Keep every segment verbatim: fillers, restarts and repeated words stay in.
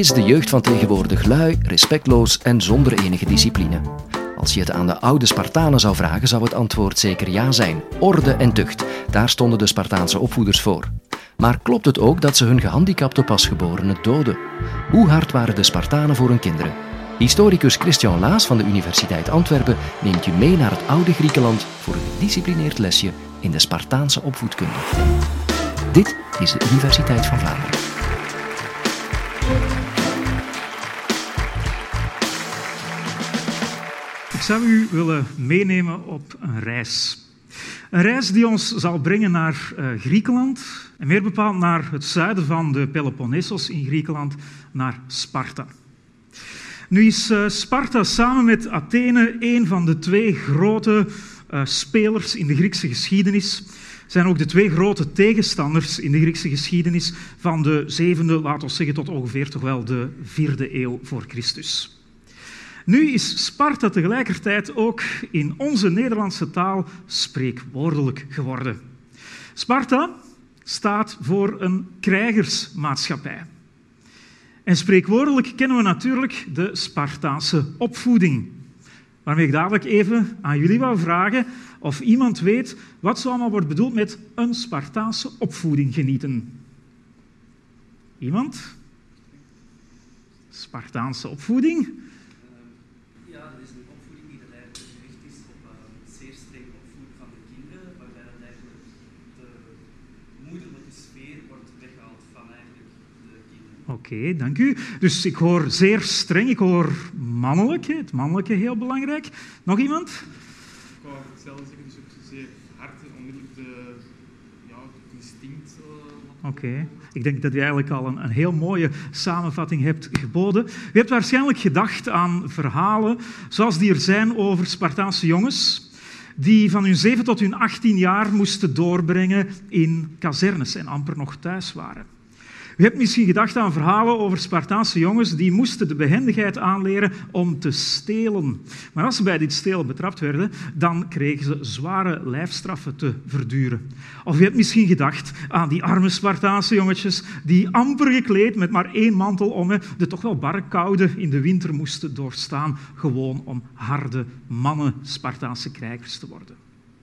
Is de jeugd van tegenwoordig lui, respectloos en zonder enige discipline? Als je het aan de oude Spartanen zou vragen, zou het antwoord zeker ja zijn. Orde en tucht, daar stonden de Spartaanse opvoeders voor. Maar klopt het ook dat ze hun gehandicapte pasgeborenen doden? Hoe hard waren de Spartanen voor hun kinderen? Historicus Christian Laas van de Universiteit Antwerpen neemt je mee naar het oude Griekenland voor een gedisciplineerd lesje in de Spartaanse opvoedkunde. Dit is de Universiteit van Vlaanderen. Ik zou u willen meenemen op een reis. Een reis die ons zal brengen naar uh, Griekenland, en meer bepaald naar het zuiden van de Peloponnesos in Griekenland, naar Sparta. Nu is uh, Sparta samen met Athene een van de twee grote uh, spelers in de Griekse geschiedenis. Zijn ook de twee grote tegenstanders in de Griekse geschiedenis van de zevende, laten we zeggen tot ongeveer toch wel de vierde eeuw voor Christus. Nu is Sparta tegelijkertijd ook in onze Nederlandse taal spreekwoordelijk geworden. Sparta staat voor een krijgersmaatschappij. En spreekwoordelijk kennen we natuurlijk de Spartaanse opvoeding. Waarmee ik dadelijk even aan jullie wou vragen of iemand weet wat zo allemaal wordt bedoeld met een Spartaanse opvoeding genieten. Iemand? Spartaanse opvoeding? Ja, dat is een opvoeding die er eigenlijk gericht is op een zeer streng opvoeden van de kinderen, waarbij dat eigenlijk de moederlijke sfeer wordt weggehaald van eigenlijk de kinderen. Oké, okay, dank u. Dus ik hoor zeer streng, ik hoor mannelijk, het mannelijke heel belangrijk. Nog iemand? Ik wou hetzelfde zeggen, dus ook zeer hard en onmiddellijk de, ja, het instinct. Uh, Oké, okay. Ik denk dat u eigenlijk al een, een heel mooie samenvatting hebt geboden. U hebt waarschijnlijk gedacht aan verhalen zoals die er zijn over Spartaanse jongens die van hun zeven tot hun achttien jaar moesten doorbrengen in kazernes en amper nog thuis waren. U hebt misschien gedacht aan verhalen over Spartaanse jongens die moesten de behendigheid aanleren om te stelen. Maar als ze bij dit stelen betrapt werden, dan kregen ze zware lijfstraffen te verduren. Of u hebt misschien gedacht aan die arme Spartaanse jongetjes die amper gekleed met maar één mantel om de toch wel barre koude in de winter moesten doorstaan, gewoon om harde mannen Spartaanse krijgers te worden.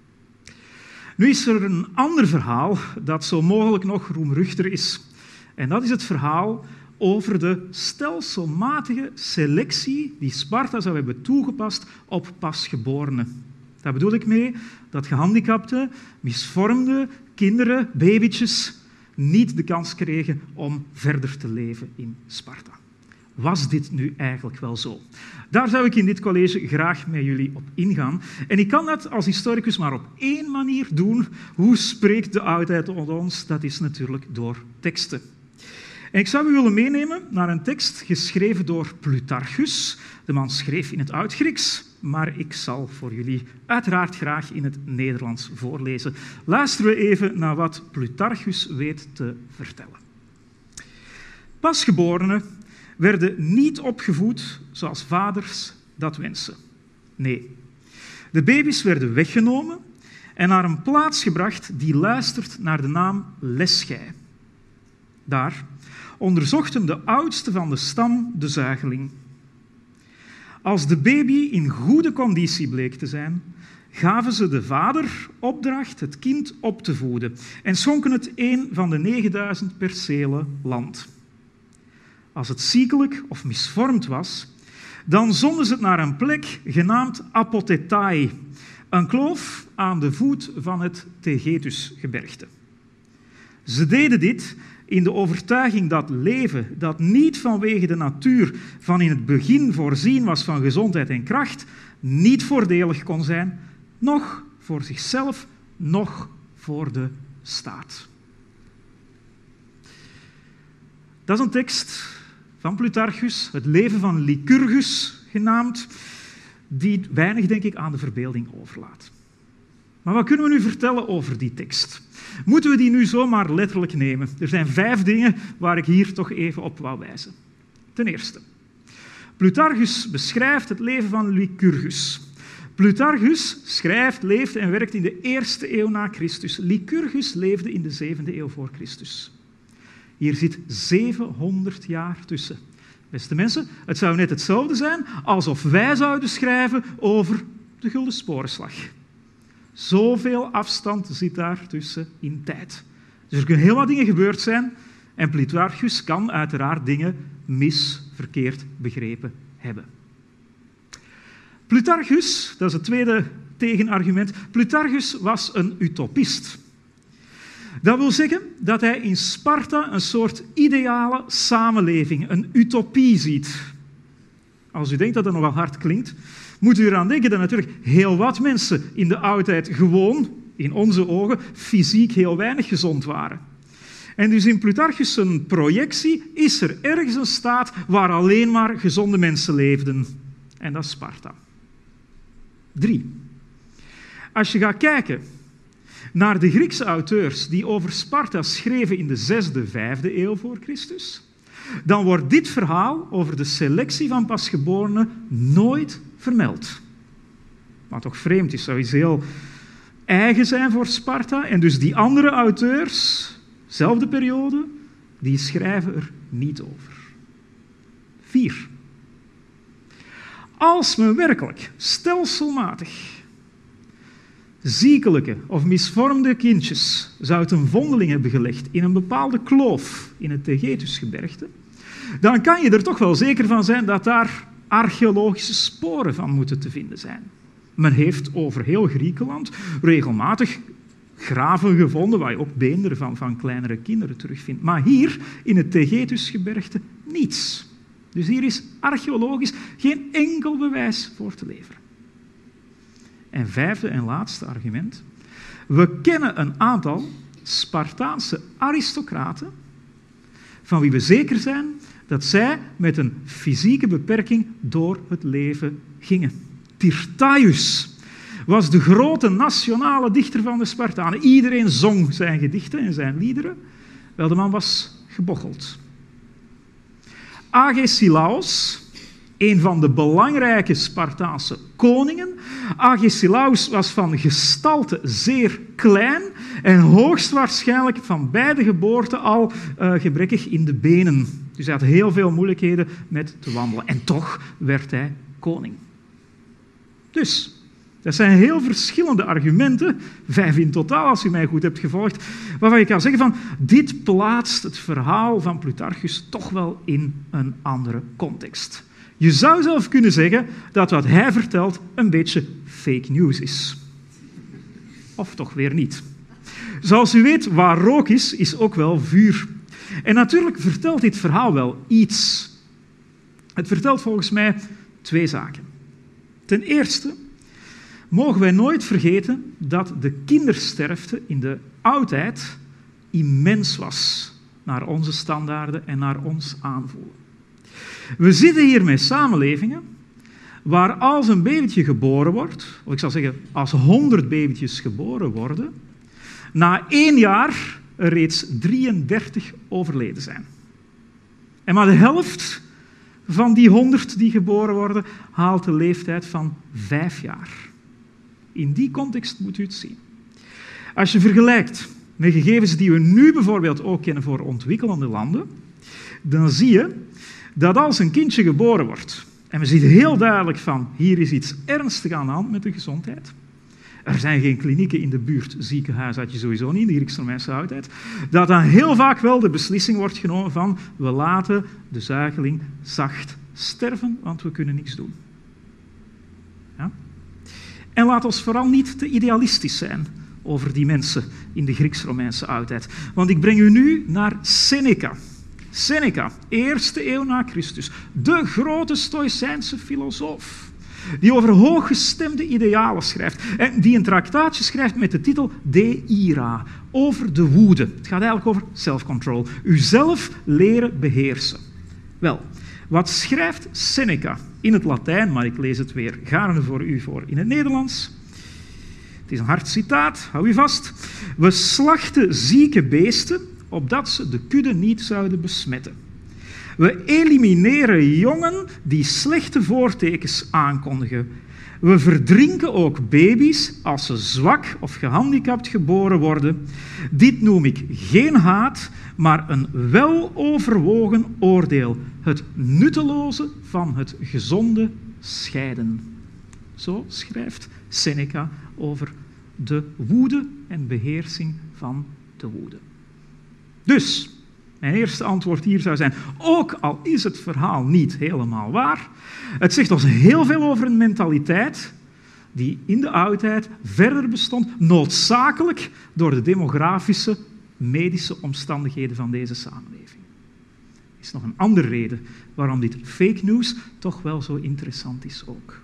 Nu is er een ander verhaal dat zo mogelijk nog roemruchtiger is. En dat is het verhaal over de stelselmatige selectie die Sparta zou hebben toegepast op pasgeborenen. Daar bedoel ik mee dat gehandicapte, misvormde kinderen, babytjes, niet de kans kregen om verder te leven in Sparta. Was dit nu eigenlijk wel zo? Daar zou ik in dit college graag met jullie op ingaan. En ik kan dat als historicus maar op één manier doen. Hoe spreekt de oudheid tot ons? Dat is natuurlijk door teksten. En ik zou u willen meenemen naar een tekst geschreven door Plutarchus. De man schreef in het Oud-Grieks, maar ik zal voor jullie uiteraard graag in het Nederlands voorlezen. Luisteren we even naar wat Plutarchus weet te vertellen. Pasgeborenen werden niet opgevoed zoals vaders dat wensen. Nee, de baby's werden weggenomen en naar een plaats gebracht die luistert naar de naam Leschei. Daar onderzochten de oudste van de stam de zuigeling. Als de baby in goede conditie bleek te zijn, gaven ze de vader opdracht het kind op te voeden en schonken het een van de negenduizend percelen land. Als het ziekelijk of misvormd was, dan zonden ze het naar een plek genaamd Apothetai, een kloof aan de voet van het Taygetusgebergte. Ze deden dit in de overtuiging dat leven, dat niet vanwege de natuur van in het begin voorzien was van gezondheid en kracht, niet voordelig kon zijn, noch voor zichzelf, noch voor de staat. Dat is een tekst van Plutarchus, het leven van Lycurgus genaamd, die weinig, denk ik, aan de verbeelding overlaat. Maar wat kunnen we nu vertellen over die tekst? Moeten we die nu zomaar letterlijk nemen? Er zijn vijf dingen waar ik hier toch even op wou wijzen. Ten eerste, Plutarchus beschrijft het leven van Lycurgus. Plutarchus schrijft, leeft en werkt in de eerste eeuw na Christus. Lycurgus leefde in de zevende eeuw voor Christus. Hier zit zevenhonderd jaar tussen. Beste mensen, het zou net hetzelfde zijn alsof wij zouden schrijven over de Gulden Sporenslag. Zoveel afstand zit daar tussen in tijd. Dus er kunnen heel wat dingen gebeurd zijn en Plutarchus kan uiteraard dingen mis, verkeerd begrepen hebben. Plutarchus, dat is het tweede tegenargument, Plutarchus was een utopist. Dat wil zeggen dat hij in Sparta een soort ideale samenleving, een utopie ziet. Als u denkt dat dat nogal hard klinkt, moet u eraan denken dat natuurlijk heel wat mensen in de oudheid gewoon, in onze ogen, fysiek heel weinig gezond waren. En dus in Plutarchus' een projectie is er ergens een staat waar alleen maar gezonde mensen leefden. En dat is Sparta. Drie. Als je gaat kijken naar de Griekse auteurs die over Sparta schreven in de zesde, vijfde eeuw voor Christus, dan wordt dit verhaal over de selectie van pasgeborenen nooit vermeld. Wat toch vreemd is, zou iets heel eigen zijn voor Sparta. En dus die andere auteurs, zelfde periode, die schrijven er niet over. Vier. Als men werkelijk stelselmatig ziekelijke of misvormde kindjes zou ten vondeling hebben gelegd in een bepaalde kloof in het Taygetusgebergte, dan kan je er toch wel zeker van zijn dat daar archeologische sporen van moeten te vinden zijn. Men heeft over heel Griekenland regelmatig graven gevonden waar je ook beenderen van, van kleinere kinderen terugvindt. Maar hier, in het Taygetusgebergte, niets. Dus hier is archeologisch geen enkel bewijs voor te leveren. En vijfde en laatste argument. We kennen een aantal Spartaanse aristocraten van wie we zeker zijn dat zij met een fysieke beperking door het leven gingen. Tyrtaeus was de grote nationale dichter van de Spartanen. Iedereen zong zijn gedichten en zijn liederen. Wel, de man was gebocheld. Agesilaus, een van de belangrijke Spartaanse koningen. Agesilaus was van gestalte zeer klein en hoogstwaarschijnlijk van bij de geboorte al uh, gebrekkig in de benen. Dus hij had heel veel moeilijkheden met te wandelen. En toch werd hij koning. Dus, dat zijn heel verschillende argumenten, vijf in totaal als u mij goed hebt gevolgd, waarvan je kan zeggen van, dit plaatst het verhaal van Plutarchus toch wel in een andere context. Je zou zelf kunnen zeggen dat wat hij vertelt een beetje fake news is. Of toch weer niet. Zoals u weet, waar rook is, is ook wel vuur. En natuurlijk vertelt dit verhaal wel iets. Het vertelt volgens mij twee zaken. Ten eerste mogen wij nooit vergeten dat de kindersterfte in de oudheid immens was naar onze standaarden en naar ons aanvoelen. We zitten hier met samenlevingen waar als een babytje geboren wordt, of ik zal zeggen als honderd babytjes geboren worden, na één jaar er reeds drieëndertig overleden zijn. En maar de helft van die honderd die geboren worden haalt de leeftijd van vijf jaar. In die context moet u het zien. Als je vergelijkt met gegevens die we nu bijvoorbeeld ook kennen voor ontwikkelende landen, dan zie je dat als een kindje geboren wordt, en we zien heel duidelijk van, hier is iets ernstig aan de hand met de gezondheid. Er zijn geen klinieken in de buurt, ziekenhuis had je sowieso niet in de Grieks-Romeinse oudheid, dat dan heel vaak wel de beslissing wordt genomen van, we laten de zuigeling zacht sterven, want we kunnen niks doen. Ja? En laat ons vooral niet te idealistisch zijn over die mensen in de Grieks-Romeinse oudheid. Want ik breng u nu naar Seneca. Seneca, eerste eeuw na Christus, de grote Stoïcijnse filosoof, die over hooggestemde idealen schrijft en die een tractaatje schrijft met de titel De Ira, over de woede. Het gaat eigenlijk over self-control, uzelf leren beheersen. Wel, wat schrijft Seneca in het Latijn, maar ik lees het weer gaarne voor u voor in het Nederlands. Het is een hard citaat, hou u vast. We slachten zieke beesten, opdat ze de kudde niet zouden besmetten. We elimineren jongen die slechte voortekens aankondigen. We verdrinken ook baby's als ze zwak of gehandicapt geboren worden. Dit noem ik geen haat, maar een weloverwogen oordeel. Het nutteloze van het gezonde scheiden. Zo schrijft Seneca over de woede en beheersing van de woede. Dus, mijn eerste antwoord hier zou zijn, ook al is het verhaal niet helemaal waar, het zegt ons heel veel over een mentaliteit die in de oudheid verder bestond, noodzakelijk door de demografische, medische omstandigheden van deze samenleving. Er is nog een andere reden waarom dit fake news toch wel zo interessant is ook.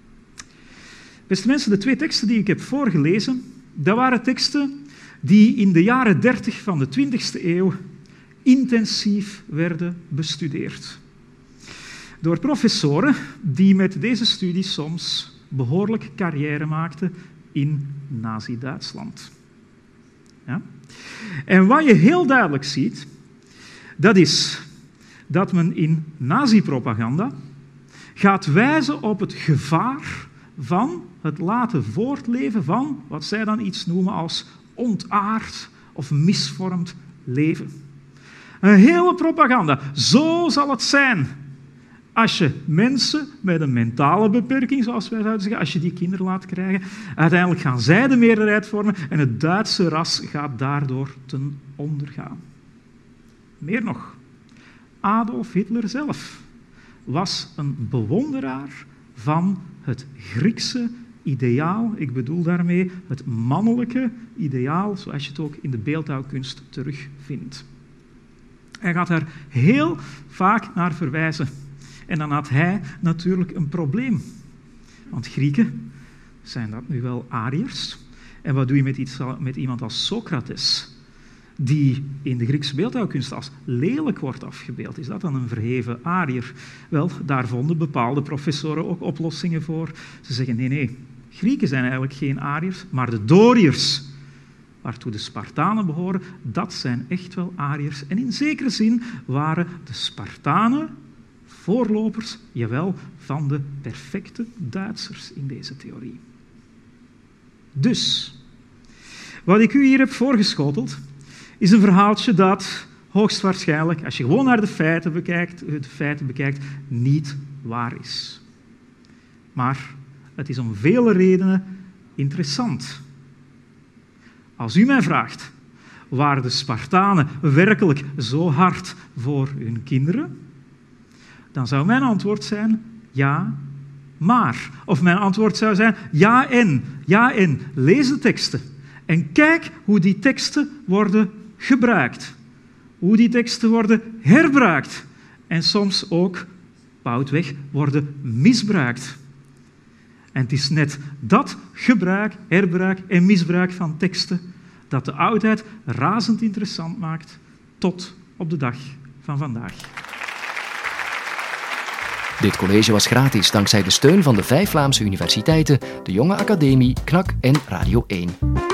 Beste mensen, de twee teksten die ik heb voorgelezen, dat waren teksten die in de jaren dertig van de twintigste eeuw intensief werden bestudeerd. Door professoren die met deze studie soms behoorlijk carrière maakten in Nazi-Duitsland. Ja? En wat je heel duidelijk ziet, dat is dat men in nazi-propaganda gaat wijzen op het gevaar van het laten voortleven van wat zij dan iets noemen als ontaard of misvormd leven. Een hele propaganda. Zo zal het zijn als je mensen met een mentale beperking, zoals wij zouden zeggen, als je die kinderen laat krijgen, uiteindelijk gaan zij de meerderheid vormen en het Duitse ras gaat daardoor ten onder gaan. Meer nog, Adolf Hitler zelf was een bewonderaar van het Griekse ideaal. Ik bedoel daarmee het mannelijke ideaal, zoals je het ook in de beeldhouwkunst terugvindt. Hij gaat daar heel vaak naar verwijzen. En dan had hij natuurlijk een probleem. Want Grieken, zijn dat nu wel Ariërs? En wat doe je met, iets, met iemand als Socrates, die in de Griekse beeldhouwkunst als lelijk wordt afgebeeld? Is dat dan een verheven Ariër? Wel, daar vonden bepaalde professoren ook oplossingen voor. Ze zeggen, nee, nee, Grieken zijn eigenlijk geen Ariërs, maar de Doriërs, waartoe de Spartanen behoren, dat zijn echt wel Ariërs. En in zekere zin waren de Spartanen voorlopers, jawel, van de perfecte Duitsers in deze theorie. Dus, wat ik u hier heb voorgeschoteld, is een verhaaltje dat hoogstwaarschijnlijk, als je gewoon naar de feiten bekijkt, de feiten bekijkt, niet waar is. Maar het is om vele redenen interessant. Als u mij vraagt, waren de Spartanen werkelijk zo hard voor hun kinderen? Dan zou mijn antwoord zijn, ja, maar. Of mijn antwoord zou zijn, ja en, ja en. Lees de teksten en kijk hoe die teksten worden gebruikt. Hoe die teksten worden herbruikt. En soms ook, foutweg, worden misbruikt. En het is net dat gebruik, herbruik en misbruik van teksten dat de oudheid razend interessant maakt tot op de dag van vandaag. Dit college was gratis dankzij de steun van de vijf Vlaamse universiteiten, de Jonge Academie, K N A K en Radio één.